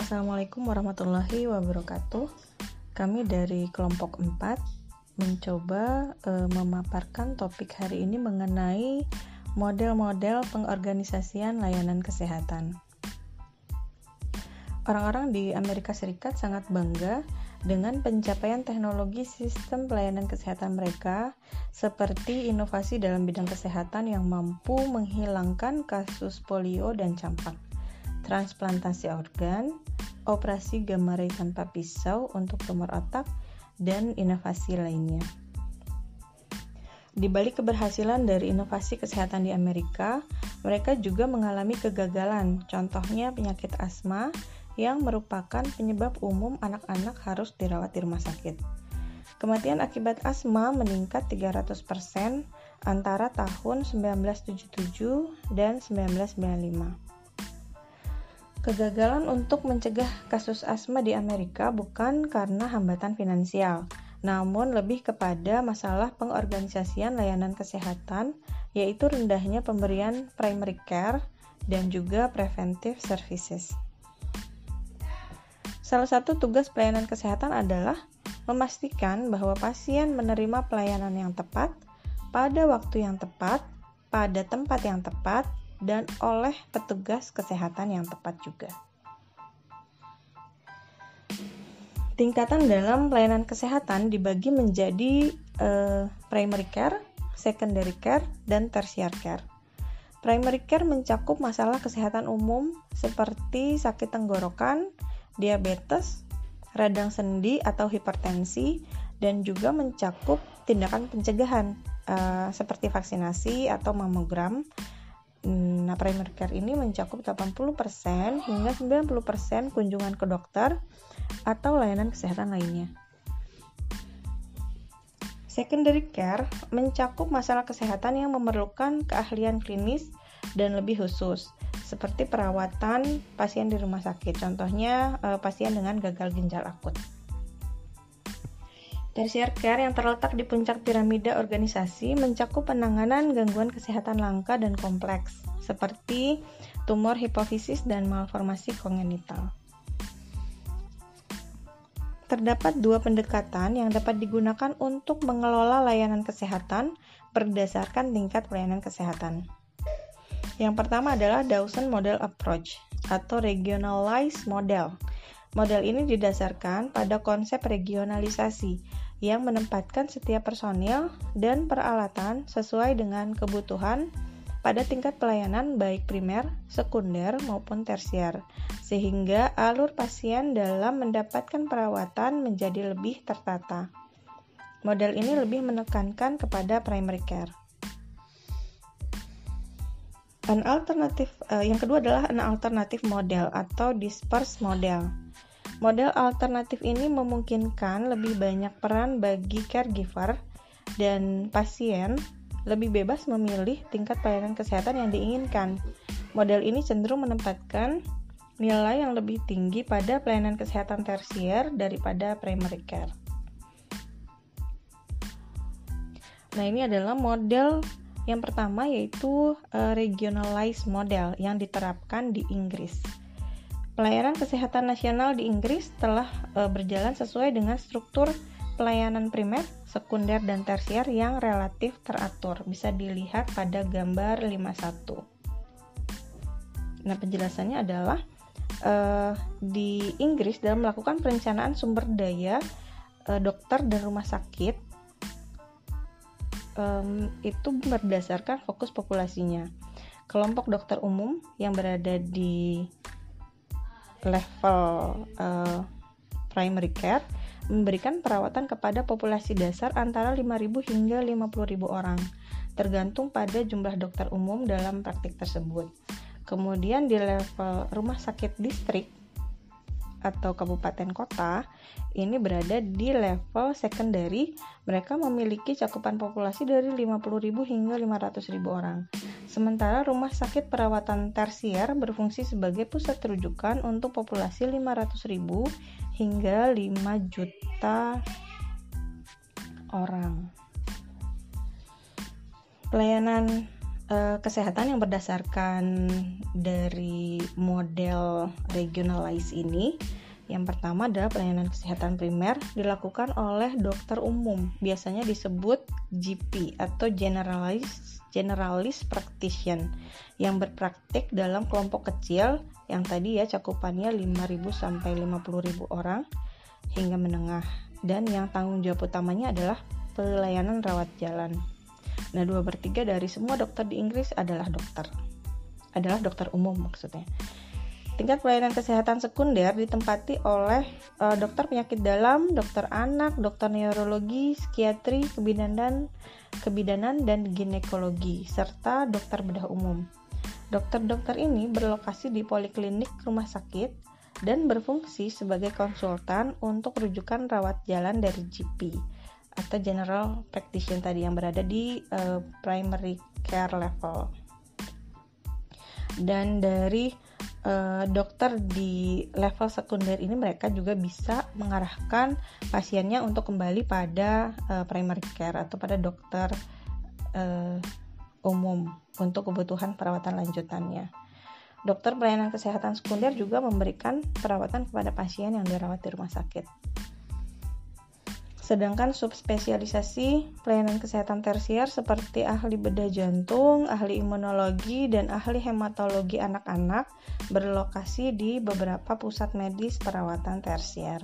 Assalamualaikum warahmatullahi wabarakatuh. Kami dari kelompok 4 mencoba memaparkan topik hari ini mengenai model-model pengorganisasian layanan kesehatan. Orang-orang di Amerika Serikat sangat bangga dengan pencapaian teknologi sistem pelayanan kesehatan mereka, seperti inovasi dalam bidang kesehatan yang mampu menghilangkan kasus polio dan campak, transplantasi organ, operasi gamma ray tanpa pisau untuk tumor otak, dan inovasi lainnya. Di balik keberhasilan dari inovasi kesehatan di Amerika, mereka juga mengalami kegagalan, contohnya penyakit asma yang merupakan penyebab umum anak-anak harus dirawat di rumah sakit. Kematian akibat asma meningkat 300% antara tahun 1977 dan 1995. Kegagalan untuk mencegah kasus asma di Amerika bukan karena hambatan finansial, namun lebih kepada masalah pengorganisasian layanan kesehatan, yaitu rendahnya pemberian primary care dan juga preventive services. Salah satu tugas pelayanan kesehatan adalah memastikan bahwa pasien menerima pelayanan yang tepat, pada waktu yang tepat, pada tempat yang tepat, dan oleh petugas kesehatan yang tepat juga. Tingkatan dalam pelayanan kesehatan dibagi menjadi primary care, secondary care, dan tertiary care. Primary care mencakup masalah kesehatan umum seperti sakit tenggorokan, diabetes, radang sendi atau hipertensi, dan juga mencakup tindakan pencegahan seperti vaksinasi atau mamogram. Nah, primary care ini mencakup 80% hingga 90% kunjungan ke dokter atau layanan kesehatan lainnya. Secondary care mencakup masalah kesehatan yang memerlukan keahlian klinis dan lebih khusus, seperti perawatan pasien di rumah sakit, contohnya pasien dengan gagal ginjal akut. Tertiary care yang terletak di puncak piramida organisasi mencakup penanganan gangguan kesehatan langka dan kompleks, seperti tumor hipofisis dan malformasi kongenital. Terdapat dua pendekatan yang dapat digunakan untuk mengelola layanan kesehatan berdasarkan tingkat pelayanan kesehatan. Yang pertama adalah Dawson Model Approach atau Regionalized Model. Model ini didasarkan pada konsep regionalisasi yang menempatkan setiap personil dan peralatan sesuai dengan kebutuhan pada tingkat pelayanan baik primer, sekunder, maupun tersier, sehingga alur pasien dalam mendapatkan perawatan menjadi lebih tertata. Model ini lebih menekankan kepada primary care. Yang kedua adalah an alternative model atau dispersed model. Model alternatif ini memungkinkan lebih banyak peran bagi caregiver dan pasien lebih bebas memilih tingkat pelayanan kesehatan yang diinginkan. Model ini cenderung menempatkan nilai yang lebih tinggi pada pelayanan kesehatan tersier daripada primary care. Nah, ini adalah model yang pertama, yaitu regionalized model yang diterapkan di Inggris. Pelayanan kesehatan nasional di Inggris telah berjalan sesuai dengan struktur pelayanan primer, sekunder, dan tersier yang relatif teratur. Bisa dilihat pada gambar 51. Nah, penjelasannya adalah di Inggris dalam melakukan perencanaan sumber daya dokter dan rumah sakit itu berdasarkan fokus populasinya. Kelompok dokter umum yang berada di level primary care memberikan perawatan kepada populasi dasar antara 5.000 hingga 50.000 orang, tergantung pada jumlah dokter umum dalam praktik tersebut. Kemudian di level rumah sakit distrik atau kabupaten kota, ini berada di level secondary, mereka memiliki cakupan populasi dari 50.000 hingga 500.000 orang. Sementara rumah sakit perawatan tersier berfungsi sebagai pusat rujukan untuk populasi 500.000 hingga 5 juta orang. Pelayanan kesehatan yang berdasarkan dari model regionalized ini. Yang pertama adalah pelayanan kesehatan primer dilakukan oleh dokter umum, biasanya disebut GP atau Generalist Practitioner, yang berpraktik dalam kelompok kecil yang tadi cakupannya 5.000 sampai 50.000 orang hingga menengah, dan yang tanggung jawab utamanya adalah pelayanan rawat jalan. Nah, 2/3 dari semua dokter di Inggris adalah dokter umum maksudnya. Tingkat pelayanan kesehatan sekunder ditempati oleh dokter penyakit dalam, dokter anak, dokter neurologi, psikiatri, kebidanan dan ginekologi, serta dokter bedah umum. Dokter-dokter ini berlokasi di poliklinik rumah sakit dan berfungsi sebagai konsultan untuk rujukan rawat jalan dari GP atau General Practitioner tadi yang berada di primary care level. Dan dari dokter di level sekunder ini mereka juga bisa mengarahkan pasiennya untuk kembali pada primary care atau pada dokter umum untuk kebutuhan perawatan lanjutannya. Dokter pelayanan kesehatan sekunder juga memberikan perawatan kepada pasien yang dirawat di rumah sakit. Sedangkan subspesialisasi pelayanan kesehatan tersier seperti ahli bedah jantung, ahli imunologi, dan ahli hematologi anak-anak berlokasi di beberapa pusat medis perawatan tersier.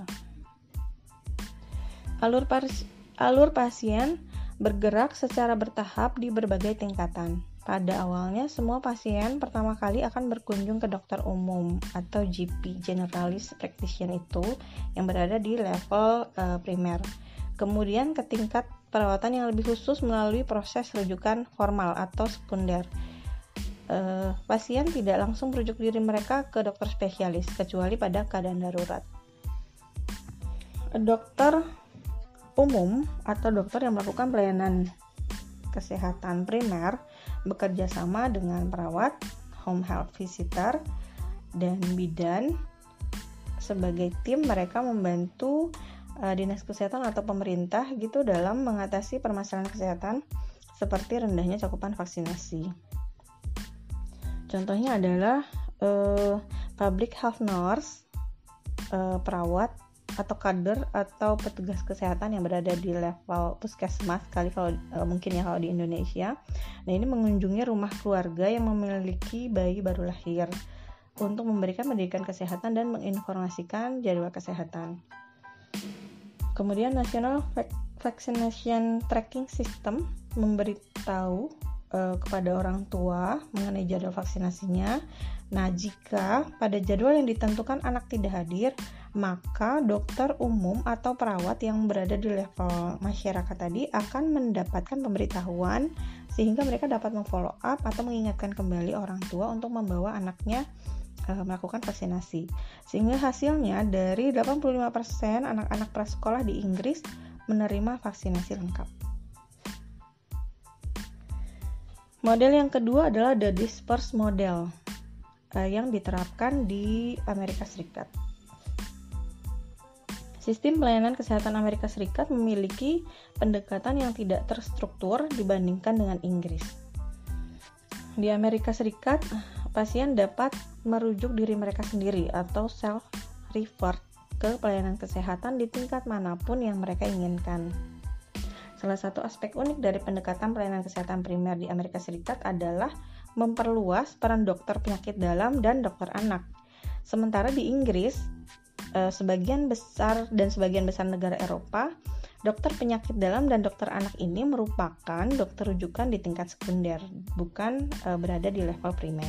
Alur pasien bergerak secara bertahap di berbagai tingkatan. Pada awalnya, semua pasien pertama kali akan berkunjung ke dokter umum atau GP, Generalist Practitioner itu, yang berada di level primer. Kemudian ke tingkat perawatan yang lebih khusus melalui proses rujukan formal atau sekunder. Pasien tidak langsung merujuk diri mereka ke dokter spesialis, kecuali pada keadaan darurat. Dokter umum atau dokter yang melakukan pelayanan kesehatan primer bekerja sama dengan perawat, home health visitor, dan bidan. Sebagai tim mereka membantu dinas kesehatan atau pemerintah gitu dalam mengatasi permasalahan kesehatan seperti rendahnya cakupan vaksinasi. Contohnya adalah public health nurse, perawat atau kader atau petugas kesehatan yang berada di level puskesmas kalau di Indonesia. Nah, ini mengunjungi rumah keluarga yang memiliki bayi baru lahir untuk memberikan pendidikan kesehatan dan menginformasikan jadwal kesehatan. Kemudian National Vaccination Tracking System memberitahu kepada orang tua mengenai jadwal vaksinasinya. Nah, jika pada jadwal yang ditentukan anak tidak hadir, maka dokter umum atau perawat yang berada di level masyarakat tadi akan mendapatkan pemberitahuan sehingga mereka dapat memfollow up atau mengingatkan kembali orang tua untuk membawa anaknya melakukan vaksinasi. Sehingga hasilnya dari 85% anak-anak prasekolah di Inggris menerima vaksinasi lengkap. Model yang kedua adalah the dispersed model yang diterapkan di Amerika Serikat. Sistem pelayanan kesehatan Amerika Serikat memiliki pendekatan yang tidak terstruktur dibandingkan dengan Inggris. Di Amerika Serikat, pasien dapat merujuk diri mereka sendiri atau self-referred ke pelayanan kesehatan di tingkat manapun yang mereka inginkan. Salah satu aspek unik dari pendekatan pelayanan kesehatan primer di Amerika Serikat adalah memperluas peran dokter penyakit dalam dan dokter anak. Sementara di Inggris, sebagian besar negara Eropa, dokter penyakit dalam dan dokter anak ini merupakan dokter rujukan di tingkat sekunder, bukan berada di level primer.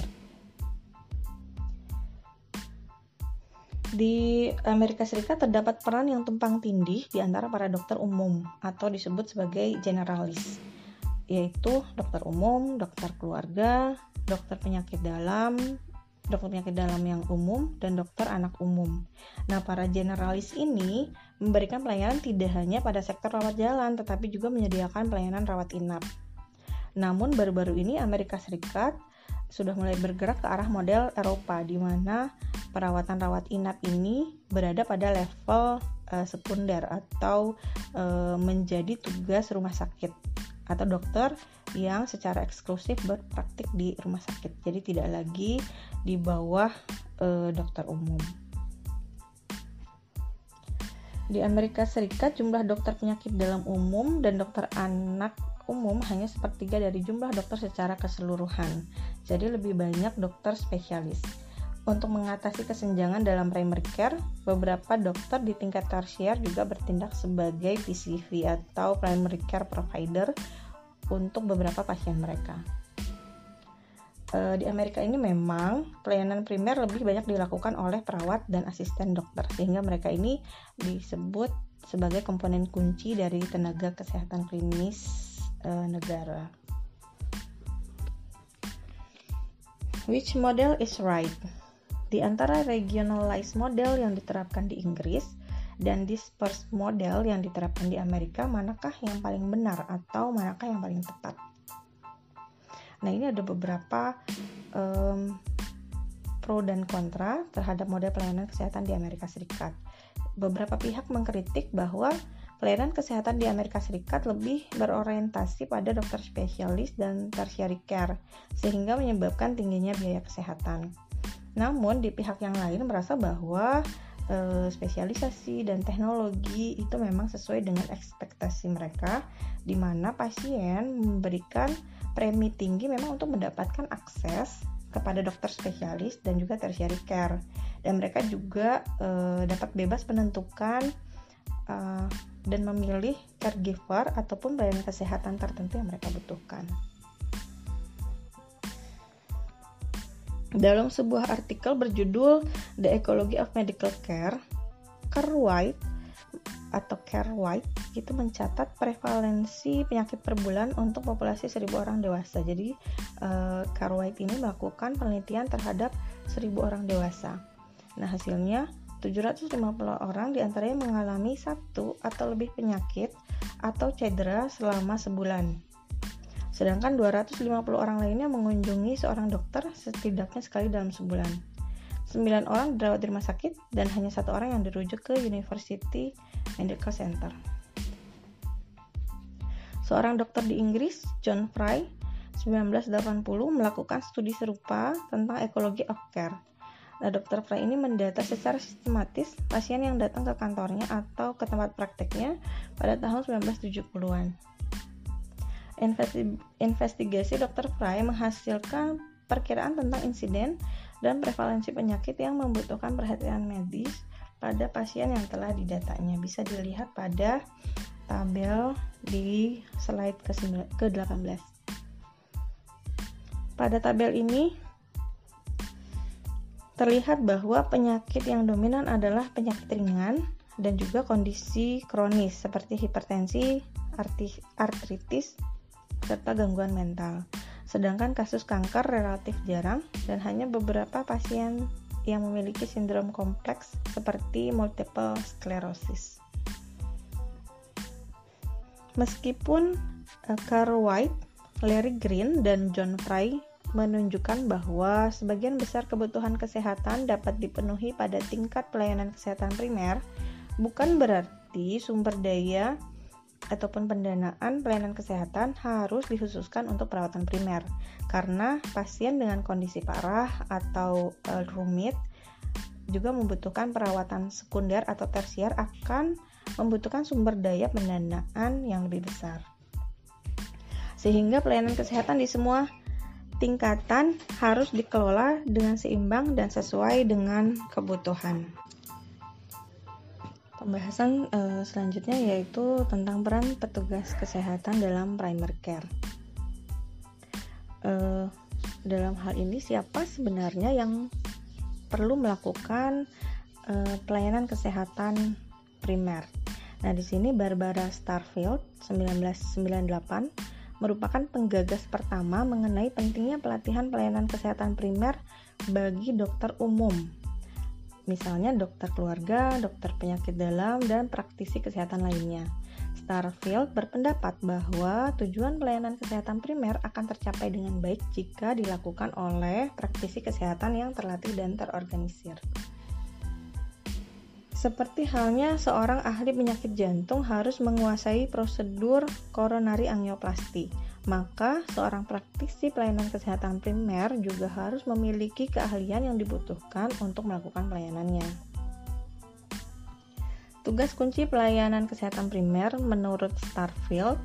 Di Amerika Serikat terdapat peran yang tumpang tindih di antara para dokter umum atau disebut sebagai generalis, yaitu dokter umum, dokter keluarga, dokter penyakit dalam yang umum, dan dokter anak umum. Nah, para generalis ini memberikan pelayanan tidak hanya pada sektor rawat jalan, tetapi juga menyediakan pelayanan rawat inap. Namun baru-baru ini Amerika Serikat sudah mulai bergerak ke arah model Eropa, di mana perawatan rawat inap ini berada pada level sekunder atau menjadi tugas rumah sakit atau dokter yang secara eksklusif berpraktik di rumah sakit. Jadi tidak lagi di bawah dokter umum. Di Amerika Serikat, jumlah dokter penyakit dalam umum dan dokter anak umum hanya sepertiga dari jumlah dokter secara keseluruhan. Jadi lebih banyak dokter spesialis. Untuk mengatasi kesenjangan dalam primary care, beberapa dokter di tingkat tersier juga bertindak sebagai PCV atau primary care provider untuk beberapa pasien mereka. Di Amerika ini memang pelayanan primer lebih banyak dilakukan oleh perawat dan asisten dokter, sehingga mereka ini disebut sebagai komponen kunci dari tenaga kesehatan klinis negara. Which model is right? Di antara regionalized model yang diterapkan di Inggris dan dispersed model yang diterapkan di Amerika, manakah yang paling benar atau manakah yang paling tepat? Nah, ini ada beberapa pro dan kontra terhadap model pelayanan kesehatan di Amerika Serikat. Beberapa pihak mengkritik bahwa pelayanan kesehatan di Amerika Serikat lebih berorientasi pada dokter spesialis dan tertiary care, sehingga menyebabkan tingginya biaya kesehatan. Namun, di pihak yang lain merasa bahwa spesialisasi dan teknologi itu memang sesuai dengan ekspektasi mereka, di mana pasien memberikan premi tinggi memang untuk mendapatkan akses kepada dokter spesialis dan juga tertiary care, dan mereka juga dapat bebas menentukan dan memilih caregiver ataupun pelayanan kesehatan tertentu yang mereka butuhkan. Dalam sebuah artikel berjudul The Ecology of Medical Care, Cartwright itu mencatat prevalensi penyakit per bulan untuk populasi 1.000 orang dewasa. Jadi Cartwright ini melakukan penelitian terhadap 1.000 orang dewasa. Nah, hasilnya 750 orang diantaranya mengalami satu atau lebih penyakit atau cedera selama sebulan. Sedangkan 250 orang lainnya mengunjungi seorang dokter setidaknya sekali dalam sebulan. 9 orang dirawat di rumah sakit dan hanya 1 orang yang dirujuk ke University Medical Center. Seorang dokter di Inggris, John Fry, 1980 melakukan studi serupa tentang ecology of care. Nah, Dr. Fry ini mendata secara sistematis pasien yang datang ke kantornya atau ke tempat prakteknya pada tahun 1970-an. Investigasi Dr. Fry menghasilkan perkiraan tentang insiden dan prevalensi penyakit yang membutuhkan perhatian medis pada pasien yang telah didatanya. Bisa dilihat pada tabel di slide ke-18. Pada tabel ini terlihat bahwa penyakit yang dominan adalah penyakit ringan dan juga kondisi kronis seperti hipertensi, artritis, serta gangguan mental. Sedangkan kasus kanker relatif jarang dan hanya beberapa pasien yang memiliki sindrom kompleks seperti multiple sclerosis. Meskipun Cartwright, Larry Green, dan John Fry menunjukkan bahwa sebagian besar kebutuhan kesehatan dapat dipenuhi pada tingkat pelayanan kesehatan primer, bukan berarti sumber daya ataupun pendanaan pelayanan kesehatan harus dikhususkan untuk perawatan primer, karena pasien dengan kondisi parah atau rumit juga membutuhkan perawatan sekunder atau tersier akan membutuhkan sumber daya pendanaan yang lebih besar. Sehingga pelayanan kesehatan di semua tingkatan harus dikelola dengan seimbang dan sesuai dengan kebutuhan. Pembahasan selanjutnya yaitu tentang peran petugas kesehatan dalam primary care. Dalam hal ini, siapa sebenarnya yang perlu melakukan pelayanan kesehatan primer? Nah, di sini Barbara Starfield 1998 merupakan penggagas pertama mengenai pentingnya pelatihan pelayanan kesehatan primer bagi dokter umum. Misalnya dokter keluarga, dokter penyakit dalam, dan praktisi kesehatan lainnya. Starfield berpendapat bahwa tujuan pelayanan kesehatan primer akan tercapai dengan baik jika dilakukan oleh praktisi kesehatan yang terlatih dan terorganisir. Seperti halnya seorang ahli penyakit jantung harus menguasai prosedur coronary angioplasty, maka seorang praktisi pelayanan kesehatan primer juga harus memiliki keahlian yang dibutuhkan untuk melakukan pelayanannya. Tugas kunci pelayanan kesehatan primer menurut Starfield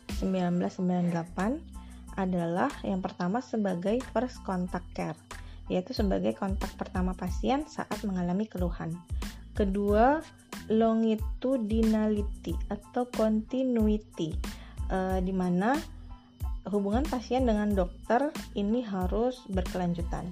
1998 adalah yang pertama sebagai first contact care, yaitu sebagai kontak pertama pasien saat mengalami keluhan. Kedua, longitudinality atau continuity, di mana hubungan pasien dengan dokter ini harus berkelanjutan.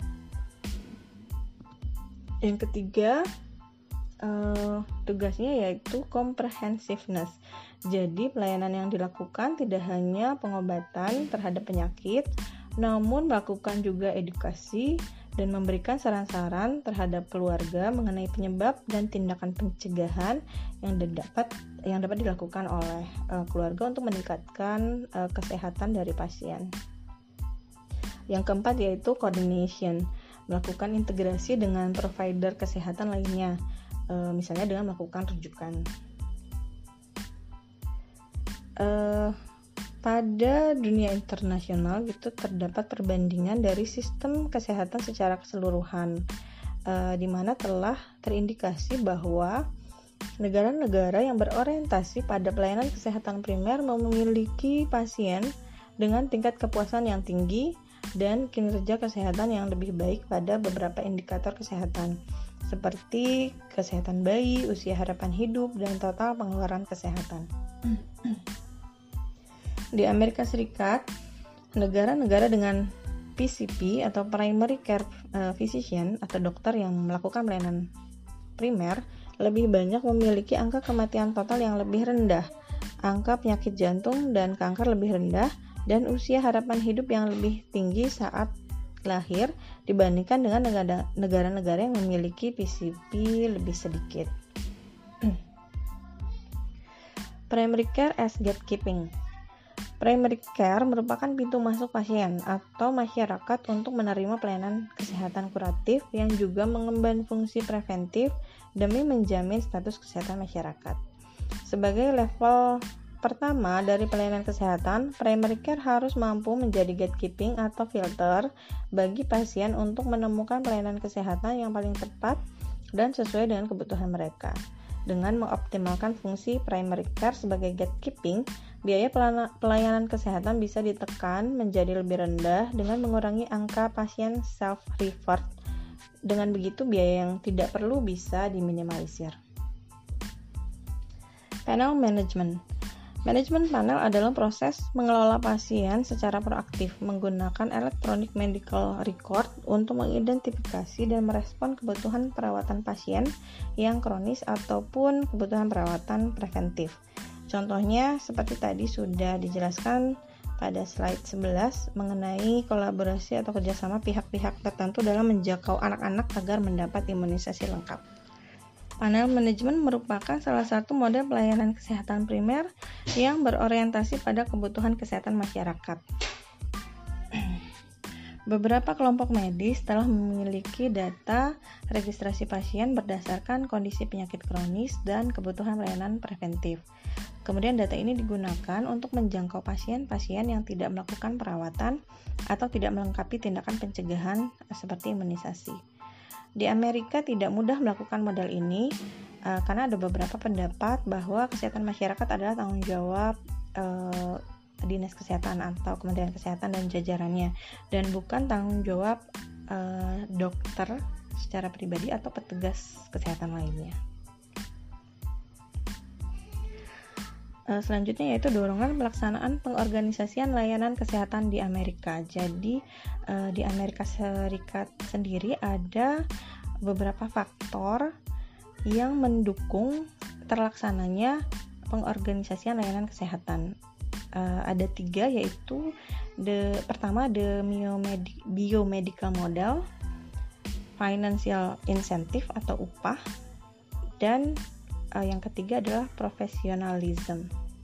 Yang ketiga, tugasnya yaitu comprehensiveness. Jadi pelayanan yang dilakukan tidak hanya pengobatan terhadap penyakit, namun melakukan juga edukasi dan memberikan saran-saran terhadap keluarga mengenai penyebab dan tindakan pencegahan yang dapat dilakukan oleh keluarga untuk meningkatkan kesehatan dari pasien. Yang keempat yaitu coordination, melakukan integrasi dengan provider kesehatan lainnya, misalnya dengan melakukan rujukan. Pada dunia internasional terdapat perbandingan dari sistem kesehatan secara keseluruhan, di mana telah terindikasi bahwa negara-negara yang berorientasi pada pelayanan kesehatan primer memiliki pasien dengan tingkat kepuasan yang tinggi dan kinerja kesehatan yang lebih baik pada beberapa indikator kesehatan, seperti kesehatan bayi, usia harapan hidup, dan total pengeluaran kesehatan. Di Amerika Serikat, negara-negara dengan PCP atau Primary Care Physician atau dokter yang melakukan pelayanan primer lebih banyak memiliki angka kematian total yang lebih rendah, angka penyakit jantung dan kanker lebih rendah, dan usia harapan hidup yang lebih tinggi saat lahir dibandingkan dengan negara-negara yang memiliki PCP lebih sedikit. Primary Care as Gatekeeping. Primary care merupakan pintu masuk pasien atau masyarakat untuk menerima pelayanan kesehatan kuratif yang juga mengemban fungsi preventif demi menjamin status kesehatan masyarakat. Sebagai level pertama dari pelayanan kesehatan, primary care harus mampu menjadi gatekeeping atau filter bagi pasien untuk menemukan pelayanan kesehatan yang paling tepat dan sesuai dengan kebutuhan mereka. Dengan mengoptimalkan fungsi primary care sebagai gatekeeping, biaya pelayanan kesehatan bisa ditekan menjadi lebih rendah dengan mengurangi angka pasien self-referred. Dengan begitu, biaya yang tidak perlu bisa diminimalisir. Panel management. Manajemen panel adalah proses mengelola pasien secara proaktif menggunakan electronic medical record untuk mengidentifikasi dan merespon kebutuhan perawatan pasien yang kronis ataupun kebutuhan perawatan preventif. Contohnya seperti tadi sudah dijelaskan pada slide 11 mengenai kolaborasi atau kerjasama pihak-pihak tertentu dalam menjangkau anak-anak agar mendapat imunisasi lengkap. Panel manajemen merupakan salah satu model pelayanan kesehatan primer yang berorientasi pada kebutuhan kesehatan masyarakat. Beberapa kelompok medis telah memiliki data registrasi pasien berdasarkan kondisi penyakit kronis dan kebutuhan pelayanan preventif. Kemudian data ini digunakan untuk menjangkau pasien-pasien yang tidak melakukan perawatan atau tidak melengkapi tindakan pencegahan seperti imunisasi. Di Amerika tidak mudah melakukan model ini karena ada beberapa pendapat bahwa kesehatan masyarakat adalah tanggung jawab Dinas Kesehatan atau Kementerian Kesehatan dan jajarannya, dan bukan tanggung jawab dokter secara pribadi atau petugas kesehatan lainnya. Selanjutnya yaitu dorongan pelaksanaan pengorganisasian layanan kesehatan di Amerika. Jadi di Amerika Serikat sendiri ada beberapa faktor yang mendukung terlaksananya pengorganisasian layanan kesehatan. Ada 3, yaitu pertama the biomedical model, financial incentive atau upah, dan yang ketiga adalah professionalism.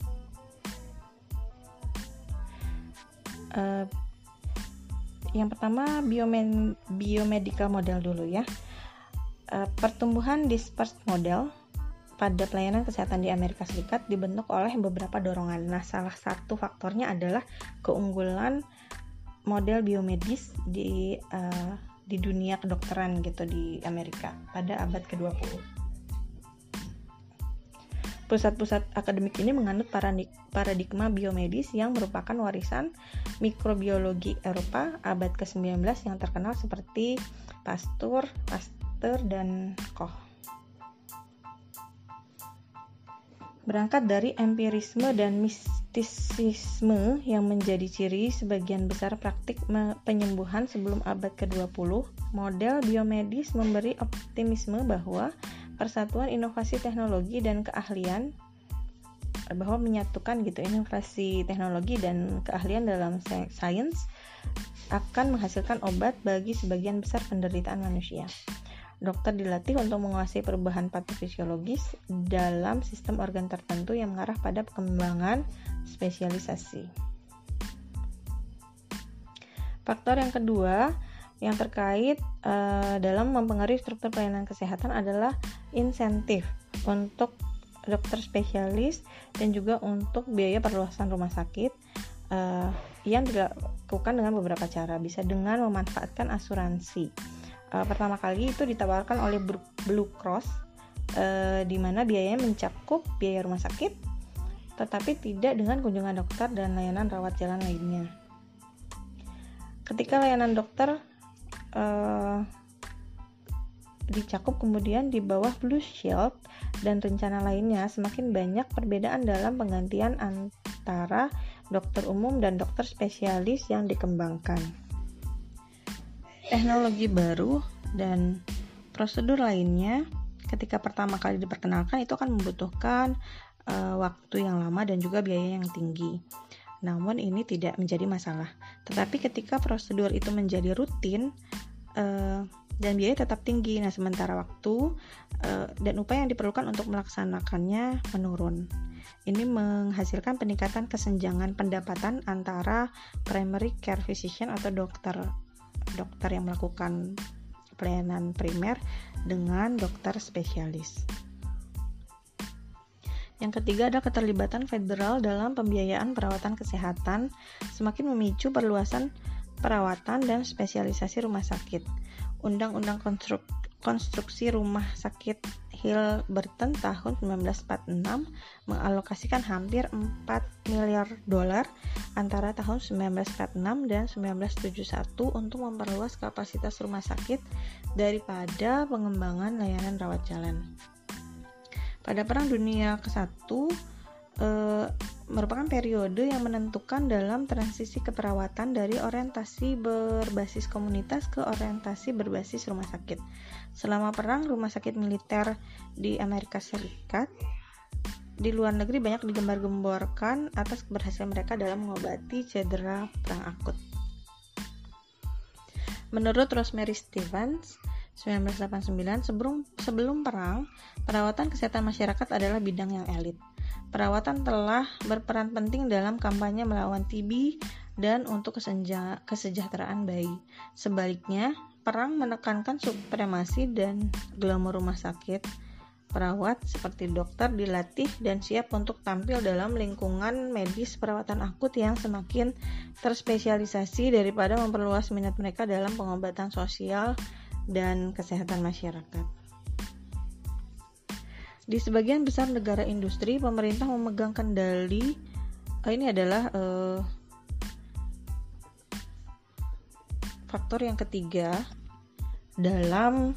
Yang pertama biomedical model dulu ya. Pertumbuhan dispersed model pada pelayanan kesehatan di Amerika Serikat dibentuk oleh beberapa dorongan. Nah, salah satu faktornya adalah keunggulan model biomedis di dunia kedokteran gitu di Amerika pada abad ke-20. Pusat-pusat akademik ini menganut paradigma biomedis yang merupakan warisan mikrobiologi Eropa abad ke-19 yang terkenal seperti Pasteur dan Koch. Berangkat dari empirisme dan mistisisme yang menjadi ciri sebagian besar praktik penyembuhan sebelum abad ke-20, model biomedis memberi optimisme bahwa persatuan inovasi teknologi dan keahlian, bahwa menyatukan inovasi teknologi dan keahlian dalam sains akan menghasilkan obat bagi sebagian besar penderitaan manusia. Dokter dilatih untuk menguasai perubahan patofisiologis dalam sistem organ tertentu yang mengarah pada pengembangan spesialisasi. Faktor yang kedua yang terkait dalam mempengaruhi struktur pelayanan kesehatan adalah insentif untuk dokter spesialis dan juga untuk biaya perluasan rumah sakit yang dilakukan dengan beberapa cara. Bisa dengan memanfaatkan asuransi. Pertama kali itu ditawarkan oleh Blue Cross, di mana biayanya mencakup biaya rumah sakit, tetapi tidak dengan kunjungan dokter dan layanan rawat jalan lainnya. Ketika layanan dokter dicakup kemudian di bawah Blue Shield dan rencana lainnya, semakin banyak perbedaan dalam penggantian antara dokter umum dan dokter spesialis yang dikembangkan. Teknologi baru dan prosedur lainnya ketika pertama kali diperkenalkan itu akan membutuhkan waktu yang lama dan juga biaya yang tinggi. Namun ini tidak menjadi masalah. Tetapi ketika prosedur itu menjadi rutin dan biaya tetap tinggi, nah sementara waktu dan upaya yang diperlukan untuk melaksanakannya menurun. Ini menghasilkan peningkatan kesenjangan pendapatan antara primary care physician atau dokter yang melakukan pelayanan primer dengan dokter spesialis. Yang ketiga adalah keterlibatan federal dalam pembiayaan perawatan kesehatan semakin memicu perluasan perawatan dan spesialisasi rumah sakit. Undang-Undang Konstruksi Rumah Sakit Hill-Burton tahun 1946 mengalokasikan hampir $4 miliar antara tahun 1946 dan 1971 untuk memperluas kapasitas rumah sakit daripada pengembangan layanan rawat jalan. Pada Perang Dunia ke-1 merupakan periode yang menentukan dalam transisi keperawatan dari orientasi berbasis komunitas ke orientasi berbasis rumah sakit. Selama perang, rumah sakit militer di Amerika Serikat di luar negeri banyak digembar-gemborkan atas keberhasilan mereka dalam mengobati cedera perang akut. Menurut Rosemary Stevens, 1989, sebelum perang, perawatan kesehatan masyarakat adalah bidang yang elit. Perawatan telah berperan penting dalam kampanye melawan TB dan untuk kesejahteraan bayi. Sebaliknya, perang menekankan supremasi dan glamour rumah sakit. Perawat seperti dokter dilatih dan siap untuk tampil dalam lingkungan medis perawatan akut yang semakin terspesialisasi daripada memperluas minat mereka dalam pengobatan sosial dan kesehatan masyarakat. Di sebagian besar negara industri, pemerintah memegang kendali. Ini adalah faktor yang ketiga dalam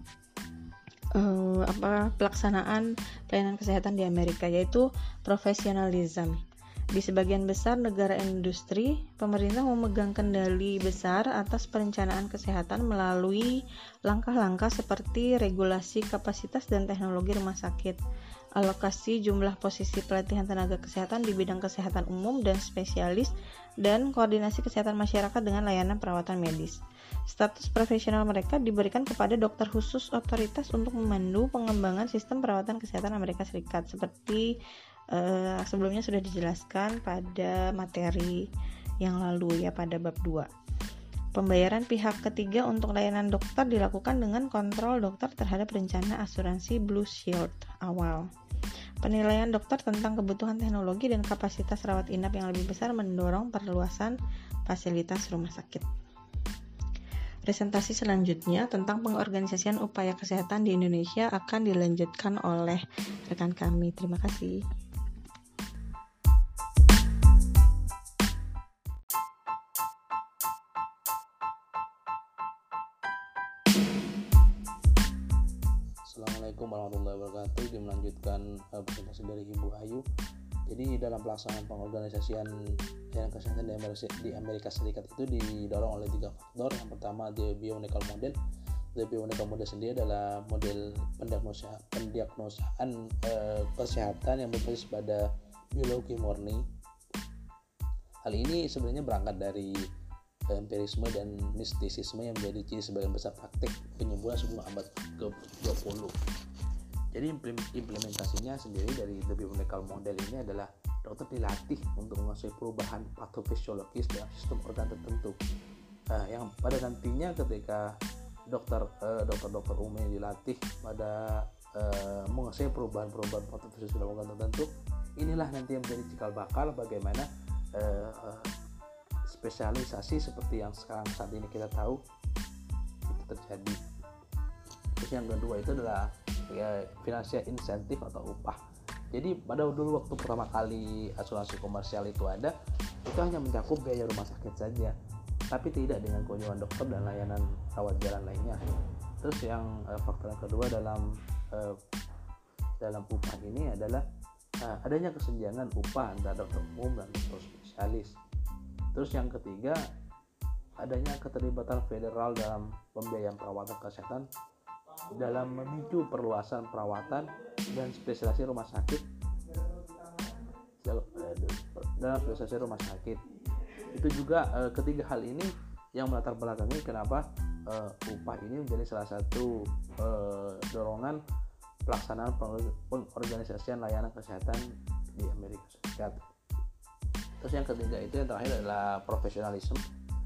pelaksanaan pelayanan kesehatan di Amerika, yaitu profesionalism. Di sebagian besar negara industri, pemerintah memegang kendali besar atas perencanaan kesehatan melalui langkah-langkah seperti regulasi kapasitas dan teknologi rumah sakit, alokasi jumlah posisi pelatihan tenaga kesehatan di bidang kesehatan umum dan spesialis, dan koordinasi kesehatan masyarakat dengan layanan perawatan medis. Status profesional mereka diberikan kepada dokter khusus otoritas untuk memandu pengembangan sistem perawatan kesehatan Amerika Serikat, seperti sebelumnya sudah dijelaskan pada materi yang lalu ya, pada bab 2. Pembayaran pihak ketiga untuk layanan dokter dilakukan dengan kontrol dokter terhadap rencana asuransi Blue Shield awal. Penilaian dokter tentang kebutuhan teknologi dan kapasitas rawat inap yang lebih besar mendorong perluasan fasilitas rumah sakit. Presentasi selanjutnya tentang pengorganisasian upaya kesehatan di Indonesia akan dilanjutkan oleh rekan kami. Terima kasih. Assalamualaikum warahmatullahi wabarakatuh. Melanjutkan presentasi dari Ibu Ayu. Jadi dalam pelaksanaan pengorganisasian layanan kesehatan di Amerika Serikat itu didorong oleh 3 faktor. Yang pertama, the biomedical model. The biomedical model sendiri adalah model pendiagnosaan kesehatan yang berbasis pada biologi murni. Hal ini sebenarnya berangkat dari empirisme dan mistisisme yang menjadi ciri sebagian besar praktik penyembuhan sebelum abad ke-20. Jadi implementasinya sendiri dari the biomedical model ini adalah dokter dilatih untuk menguasai perubahan patofisiologis dalam sistem organ tertentu. Yang pada nantinya ketika dokter umum dilatih pada menguasai perubahan patofisiologis dalam organ tertentu, inilah nanti yang menjadi cikal bakal bagaimana spesialisasi seperti yang sekarang saat ini kita tahu itu terjadi. Terus yang kedua itu adalah finansial insentif atau upah. Jadi pada dulu waktu pertama kali asuransi komersial itu ada, itu hanya mencakup biaya rumah sakit saja, tapi tidak dengan kunjungan dokter dan layanan rawat jalan lainnya. Terus yang faktor yang kedua dalam upah ini adalah adanya kesenjangan upah antara dokter umum dan dokter spesialis. Terus yang ketiga, adanya keterlibatan federal dalam pembiayaan perawatan kesehatan dalam memicu perluasan perawatan dan spesialisasi rumah sakit Itu juga ketiga hal ini yang melatar belakangi kenapa upah ini menjadi salah satu dorongan pelaksanaan pengorganisasian layanan kesehatan di Amerika Serikat. Terus yang ketiga itu yang terakhir adalah profesionalisme.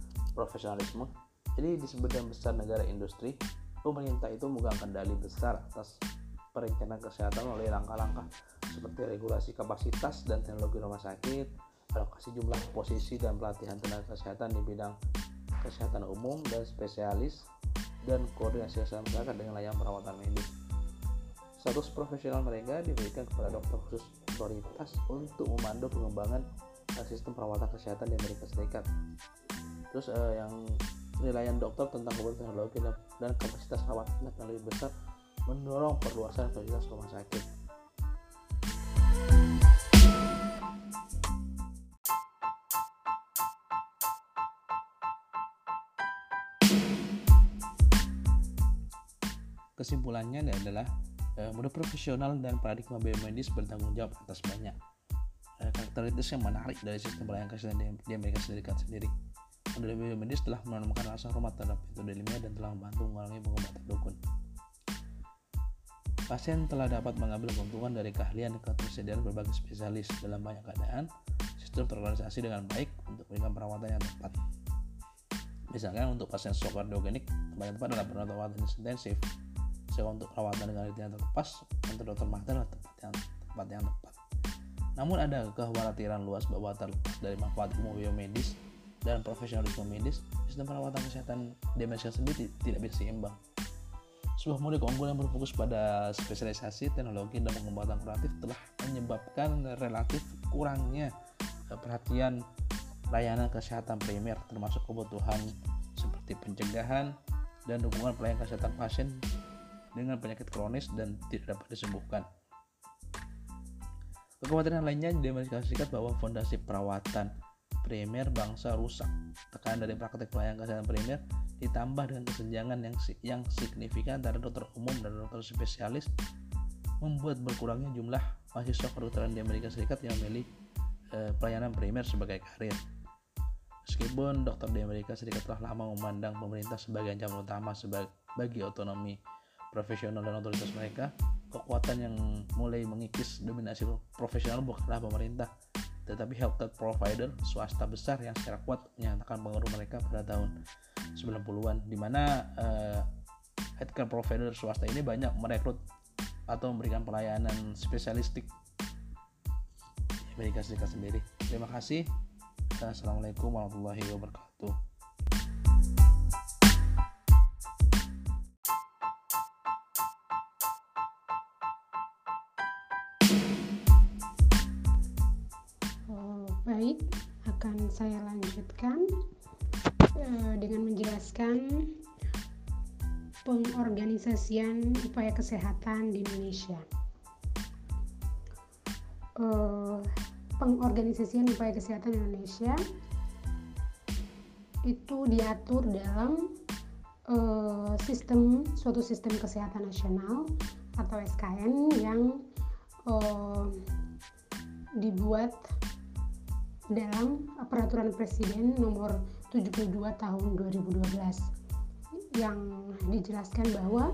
Jadi di sebagian besar negara industri, pemerintah itu memegang kendali besar atas perencanaan kesehatan melalui langkah-langkah seperti regulasi kapasitas dan teknologi rumah sakit, alokasi jumlah posisi dan pelatihan tenaga kesehatan di bidang kesehatan umum dan spesialis, dan koordinasi masyarakat dengan layanan perawatan medis. Status profesional mereka diberikan kepada dokter khusus otoritas untuk memandu pengembangan sistem perawatan kesehatan di Amerika Serikat. Terus yang penilaian dokter tentang kebutuhan teknologi dan kapasitas rawat inap yang lebih besar mendorong perluasan fasilitas rumah sakit. Kesimpulannya adalah model profesional dan paradigma biomedis bertanggung jawab atas banyak karakteristik yang menarik dari sistem pelayanan kesehatan di Amerika Serikat sendiri. Model biomedis telah menemukan rasa hormat terhadap metode ilmiah dan telah membantu mengurangi pengobatan dukun. Pasien telah dapat mengambil keuntungan dari keahlian dan ketersediaan berbagai spesialis dalam banyak keadaan. Sistem terorganisasi dengan baik untuk memberikan perawatan yang tepat. Misalkan untuk pasien stroke kardiogenik, tempat yang tepat adalah perawatan intensif. Untuk perawatan dengan ritme yang terlepas, untuk dokter mata adalah tempat yang tepat. Namun ada kekhawatiran luas bahwa terlepas dari manfaat umum biomedis dan profesionalisme medis, sistem perawatan kesehatan di Amerika sendiri tidak bisa seimbang. Sebuah model keunggulan yang berfokus pada spesialisasi, teknologi, dan pengobatan kuratif telah menyebabkan relatif kurangnya perhatian layanan kesehatan primer, termasuk kebutuhan seperti pencegahan dan dukungan pelayanan kesehatan pasien dengan penyakit kronis dan tidak dapat disembuhkan. Kekhawatiran lainnya di Amerika Serikat bahwa fondasi perawatan primer bangsa rusak. Tekanan dari praktek pelayanan kesehatan primer ditambah dengan kesenjangan yang signifikan antara dokter umum dan dokter spesialis membuat berkurangnya jumlah mahasiswa kedokteran di Amerika Serikat yang memilih pelayanan primer sebagai karir. Meskipun dokter di Amerika Serikat telah lama memandang pemerintah sebagai ancaman utama bagi otonomi profesional dan otoritas mereka, kekuatan yang mulai mengikis dominasi profesional bukanlah pemerintah, tetapi healthcare provider swasta besar yang secara kuat menyatakan pengaruh mereka pada tahun 90-an, di mana healthcare provider swasta ini banyak merekrut atau memberikan pelayanan spesialistik di Amerika Serikat sendiri. Terima kasih. Assalamualaikum warahmatullahi wabarakatuh. Baik, akan saya lanjutkan dengan menjelaskan pengorganisasian upaya kesehatan di Indonesia. Pengorganisasian upaya kesehatan Indonesia itu diatur dalam suatu sistem kesehatan nasional atau SKN yang dibuat dalam Peraturan Presiden nomor 72 tahun 2012 yang dijelaskan bahwa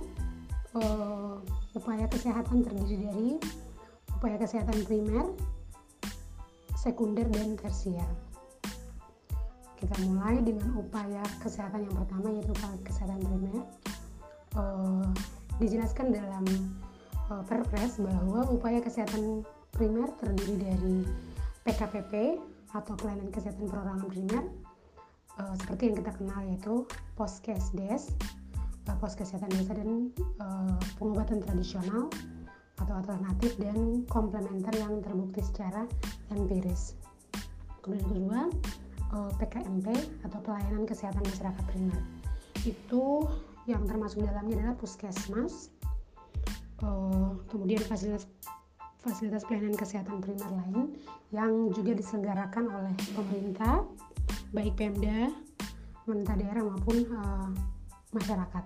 upaya kesehatan terdiri dari upaya kesehatan primer, sekunder, dan tersier. Kita mulai dengan upaya kesehatan yang pertama, yaitu upaya kesehatan primer. Dijelaskan dalam Perpres bahwa upaya kesehatan primer terdiri dari PKPP atau pelayanan kesehatan perorangan primer, seperti yang kita kenal, yaitu Poskesdes, pos kesehatan desa, dan pengobatan tradisional atau alternatif dan komplementer yang terbukti secara empiris. Kemudian kedua, PKMP atau pelayanan kesehatan masyarakat primer. Itu yang termasuk dalamnya adalah puskesmas, kemudian fasilitas pelayanan kesehatan primer lain yang juga diselenggarakan oleh pemerintah, baik Pemda, pemerintah daerah maupun masyarakat.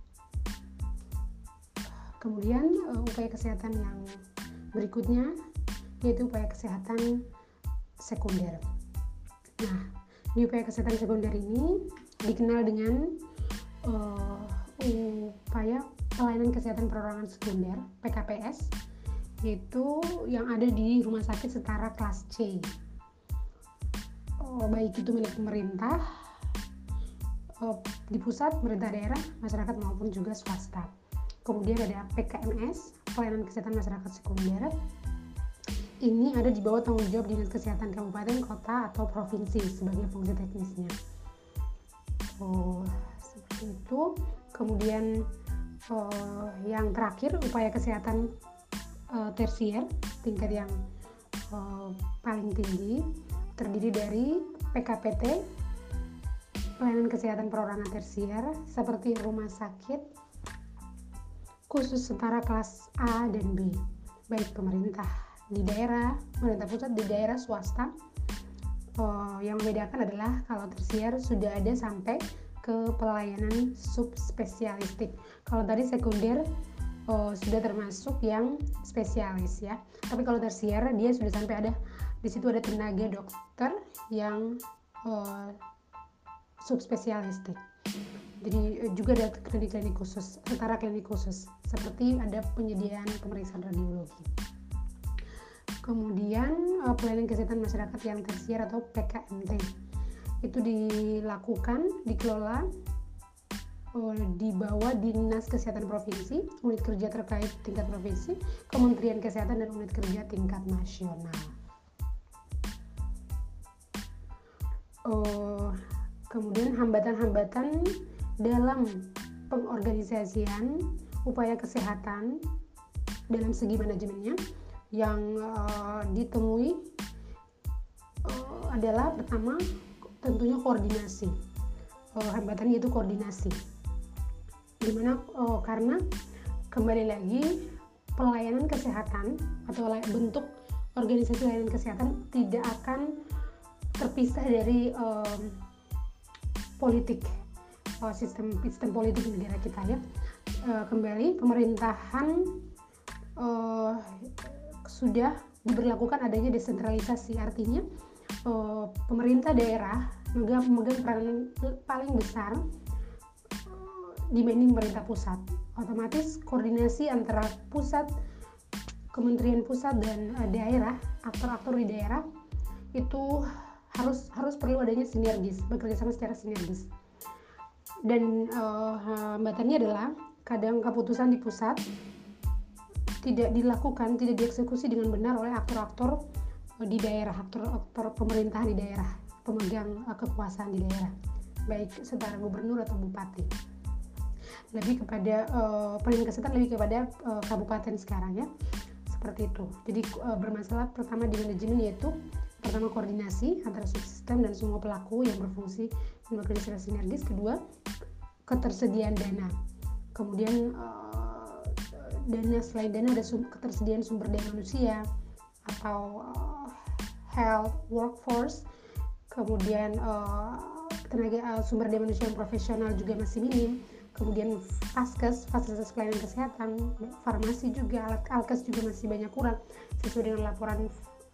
Kemudian upaya kesehatan yang berikutnya yaitu upaya kesehatan sekunder. Nah, di upaya kesehatan sekunder ini dikenal dengan upaya pelayanan kesehatan perorangan sekunder (PKPS), yaitu yang ada di rumah sakit setara kelas C, baik itu milik pemerintah di pusat, pemerintah daerah, masyarakat maupun juga swasta. Kemudian ada PKMS, pelayanan kesehatan masyarakat sekunder. Ini ada di bawah tanggung jawab Dinas Kesehatan Kabupaten, Kota, atau Provinsi sebagai fungsi teknisnya. Seperti itu. Kemudian yang terakhir, upaya kesehatan tersier, tingkat yang paling tinggi, terdiri dari PKPT, pelayanan kesehatan perorangan tersier, seperti rumah sakit khusus setara kelas A dan B, baik pemerintah di daerah, pemerintah pusat, di daerah swasta. Yang membedakan adalah kalau tersier sudah ada sampai ke pelayanan subspesialistik. Kalau tadi sekunder sudah termasuk yang spesialis ya. Tapi kalau tersier dia sudah sampai ada di situ ada tenaga dokter yang subspesialistik. Jadi juga ada klinik-klinik khusus, setara klinik khusus, seperti ada penyediaan pemeriksaan radiologi. Kemudian pelayanan kesehatan masyarakat yang tersier atau PKMT itu dilakukan, dikelola di bawah Dinas Kesehatan Provinsi, unit kerja terkait tingkat provinsi, Kementerian Kesehatan, dan unit kerja tingkat nasional. Kemudian hambatan-hambatan dalam pengorganisasian upaya kesehatan dalam segi manajemennya yang ditemui adalah pertama tentunya koordinasi. Hambatannya itu koordinasi. Dimana karena kembali lagi pelayanan kesehatan atau bentuk organisasi layanan kesehatan tidak akan terpisah dari politik, sistem politik negara kita ya. Kembali pemerintahan sudah diberlakukan adanya desentralisasi, artinya pemerintah daerah memegang peran paling besar dibanding pemerintah pusat. Otomatis koordinasi antara pusat, kementerian pusat, dan daerah, aktor-aktor di daerah itu harus perlu adanya sinergis, bekerja sama secara sinergis. Dan hambatannya adalah kadang keputusan di pusat tidak dieksekusi dengan benar oleh aktor-aktor di daerah, aktor pemerintah di daerah, pemegang kekuasaan di daerah, baik setara gubernur atau bupati. Lebih kepada pelayanan kesehatan lebih kepada kabupaten sekarang ya, seperti itu. Jadi bermasalah pertama di manajemen, yaitu pertama koordinasi antara subsistem dan semua pelaku yang berfungsi dan bekerja secara sinergis. Kedua, ketersediaan dana. Kemudian dana, selain dana ada ketersediaan sumber daya manusia atau health workforce. Kemudian tenaga sumber daya manusia yang profesional juga masih minim. Kemudian faskes, fasilitas pelayanan kesehatan, farmasi juga, alkes juga masih banyak kurang sesuai dengan laporan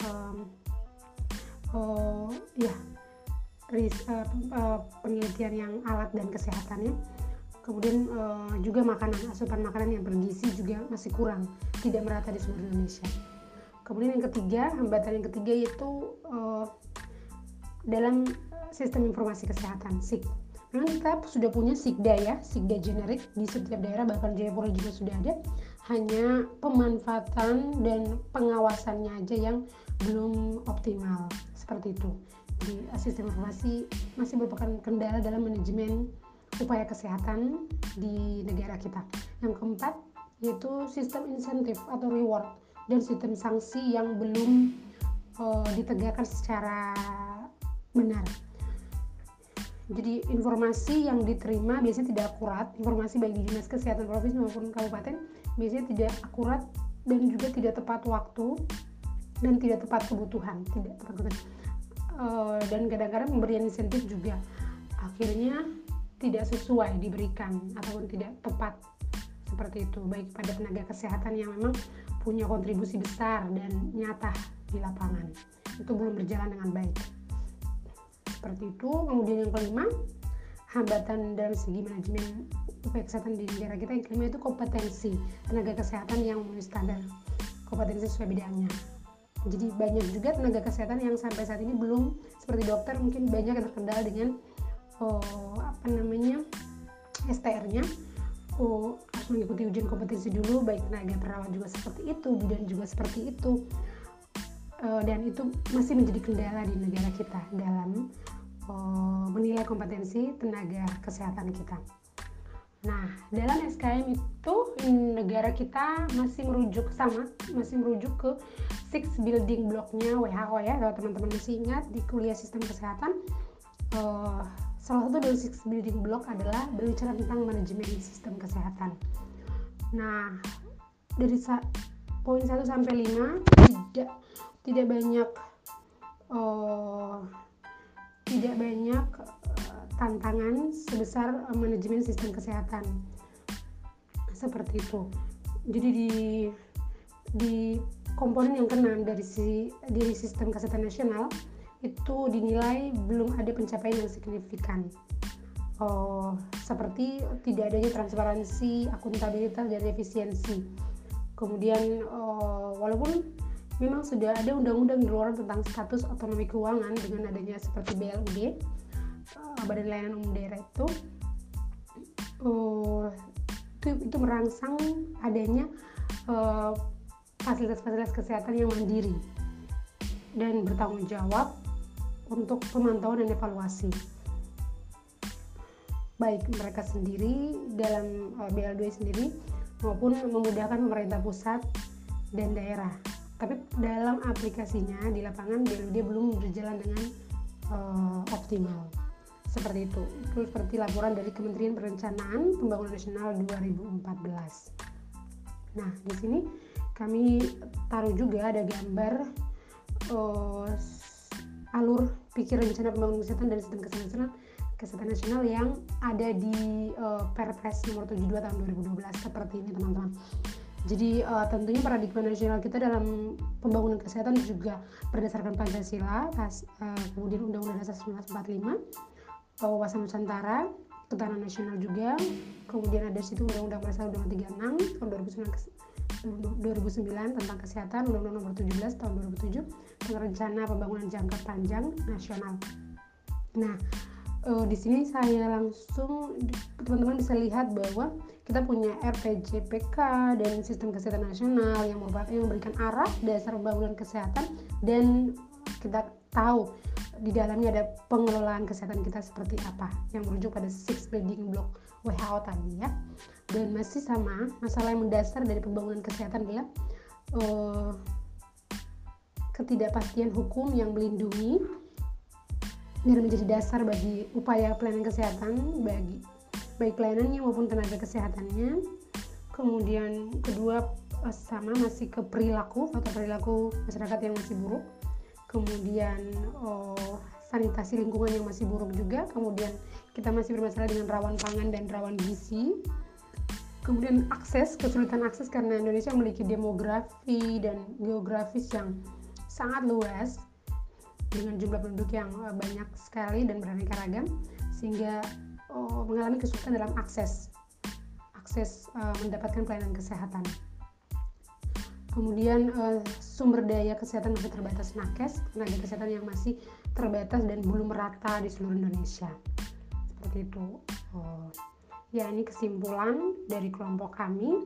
penelitian yang alat dan kesehatannya. Kemudian juga asupan makanan yang bergizi juga masih kurang, tidak merata di seluruh Indonesia. Kemudian yang ketiga, hambatan yang ketiga yaitu dalam sistem informasi kesehatan, SIK. Memang kita sudah punya SIKDA ya, SIKDA generik di setiap daerah, bahkan Jayapura juga sudah ada. Hanya pemanfaatan dan pengawasannya aja yang belum optimal, seperti itu. Jadi sistem informasi masih merupakan kendala dalam manajemen upaya kesehatan di negara kita. Yang keempat yaitu sistem insentif atau reward dan sistem sanksi yang belum ditegakkan secara benar. Jadi informasi yang diterima biasanya tidak akurat, informasi baik di dinas kesehatan provinsi maupun kabupaten biasanya tidak akurat dan juga tidak tepat waktu dan tidak tepat kebutuhan, dan kadang-kadang pemberian insentif juga akhirnya tidak sesuai diberikan ataupun tidak tepat, seperti itu, baik pada tenaga kesehatan yang memang punya kontribusi besar dan nyata di lapangan, itu belum berjalan dengan baik. Seperti itu. Kemudian yang kelima, hambatan dalam segi manajemen upaya kesehatan di negara kita. Yang kelima itu kompetensi tenaga kesehatan yang memenuhi standar kompetensi sesuai bidangnya. Jadi banyak juga tenaga kesehatan yang sampai saat ini belum, seperti dokter mungkin banyak yang terkendala dengan STR-nya. Harus mengikuti ujian kompetensi dulu, baik tenaga perawat juga seperti itu, bidan juga seperti itu. Dan itu masih menjadi kendala di negara kita dalam menilai kompetensi tenaga kesehatan kita. Nah, dalam SKM itu negara kita masih merujuk ke 6 building block-nya WHO ya. Kalau teman-teman masih ingat di kuliah sistem kesehatan, salah satu dari 6 building block adalah berbicara tentang manajemen sistem kesehatan. Nah, dari poin 1 sampai 5 tidak banyak tantangan sebesar manajemen sistem kesehatan, seperti itu. Jadi di komponen yang keenam dari sistem kesehatan nasional itu dinilai belum ada pencapaian yang signifikan, seperti tidak adanya transparansi, akuntabilitas, dan efisiensi. Kemudian walaupun memang sudah ada undang-undang di luar tentang status otonomi keuangan dengan adanya seperti BLUD, Badan Layanan Umum Daerah itu merangsang adanya fasilitas-fasilitas kesehatan yang mandiri dan bertanggung jawab untuk pemantauan dan evaluasi, baik mereka sendiri dalam BLUD sendiri maupun memudahkan pemerintah pusat dan daerah. Tapi dalam aplikasinya di lapangan BLUD belum berjalan dengan optimal, seperti itu. Itu seperti laporan dari Kementerian Perencanaan Pembangunan Nasional 2014. Nah, di sini kami taruh juga ada gambar alur pikir rencana pembangunan kesehatan dan sistem kesehatan nasional yang ada di Perpres nomor 72 tahun 2012, seperti ini teman-teman. Jadi tentunya paradigma nasional kita dalam pembangunan kesehatan juga berdasarkan Pancasila, kemudian Undang-Undang Dasar 1945, Wawasan Nusantara, Ketahanan Nasional juga, kemudian ada situ Undang-Undang Dasar 36 tahun 2009 tentang kesehatan, Undang-Undang Nomor 17 tahun 2007 tentang Rencana Pembangunan Jangka Panjang Nasional. Nah, di sini saya langsung, teman-teman bisa lihat bahwa kita punya RPJPK dan Sistem Kesehatan Nasional yang memberikan arah dasar pembangunan kesehatan, dan kita tahu di dalamnya ada pengelolaan kesehatan kita seperti apa yang merujuk pada 6 building block WHO tadi ya. Dan masih sama, masalah yang mendasar dari pembangunan kesehatan adalah ketidakpastian hukum yang melindungi dan menjadi dasar bagi upaya pelayanan kesehatan bagi baik pelayanannya maupun tenaga kesehatannya. Kemudian kedua sama masih ke perilaku atau perilaku masyarakat yang masih buruk. Kemudian sanitasi lingkungan yang masih buruk juga. Kemudian kita masih bermasalah dengan rawan pangan dan rawan gizi. Kemudian kesulitan akses karena Indonesia memiliki demografi dan geografis yang sangat luas dengan jumlah penduduk yang banyak sekali dan beraneka ragam, sehingga mengalami kesulitan dalam akses mendapatkan pelayanan kesehatan. Kemudian sumber daya kesehatan masih terbatas, nakes, tenaga kesehatan yang masih terbatas dan belum merata di seluruh Indonesia. Seperti itu. Ya, ini kesimpulan dari kelompok kami.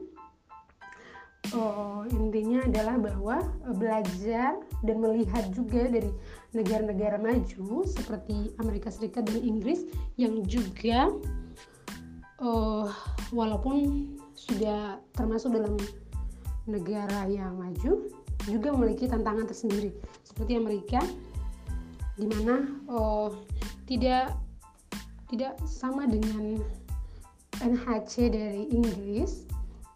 Intinya adalah bahwa belajar dan melihat juga dari negara-negara maju seperti Amerika Serikat dan Inggris yang juga walaupun sudah termasuk dalam negara yang maju juga memiliki tantangan tersendiri. Seperti Amerika, di mana tidak sama dengan NHC dari Inggris,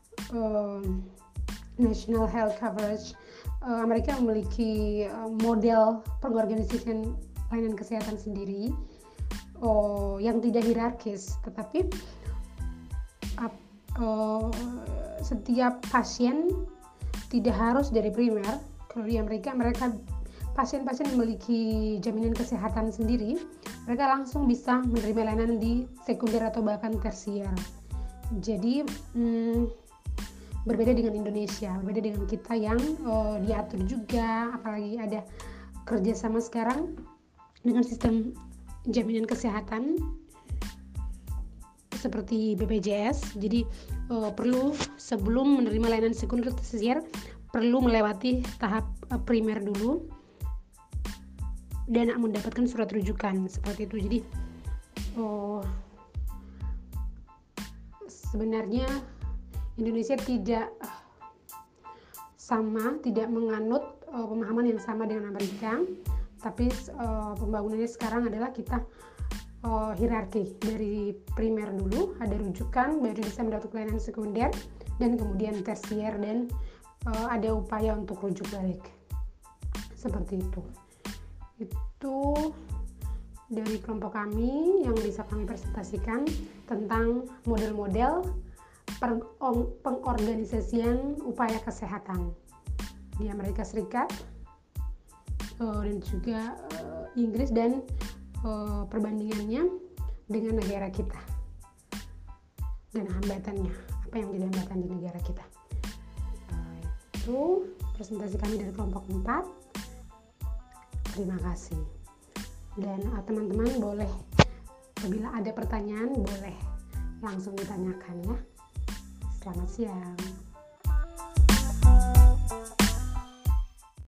National Health Coverage. Amerika memiliki model pengorganisasian pelayanan kesehatan sendiri yang tidak hierarkis, tetapi setiap pasien tidak harus dari primer. Kalau di Amerika, pasien-pasien memiliki jaminan kesehatan sendiri, mereka langsung bisa menerima layanan di sekunder atau bahkan tersier. Jadi berbeda dengan Indonesia, berbeda dengan kita yang diatur juga, apalagi ada kerjasama sekarang dengan sistem jaminan kesehatan seperti BPJS. Jadi perlu sebelum menerima layanan sekunder tersier perlu melewati tahap primer dulu dan mendapatkan surat rujukan seperti itu. Jadi sebenarnya Indonesia tidak menganut pemahaman yang sama dengan Amerika, tapi pembangunannya sekarang adalah kita hierarki dari primer dulu, ada rujukan baru bisa mendapat pelayanan sekunder dan kemudian tersier, dan ada upaya untuk rujuk balik seperti itu. Itu dari kelompok kami yang bisa kami presentasikan tentang model-model pengorganisasian upaya kesehatan di Amerika Serikat dan juga Inggris, dan perbandingannya dengan negara kita dan hambatannya, apa yang menjadi hambatan di negara kita. Itu presentasi kami dari kelompok 4. Terima kasih. Dan teman-teman boleh, apabila ada pertanyaan boleh langsung ditanyakan ya. Selamat siang.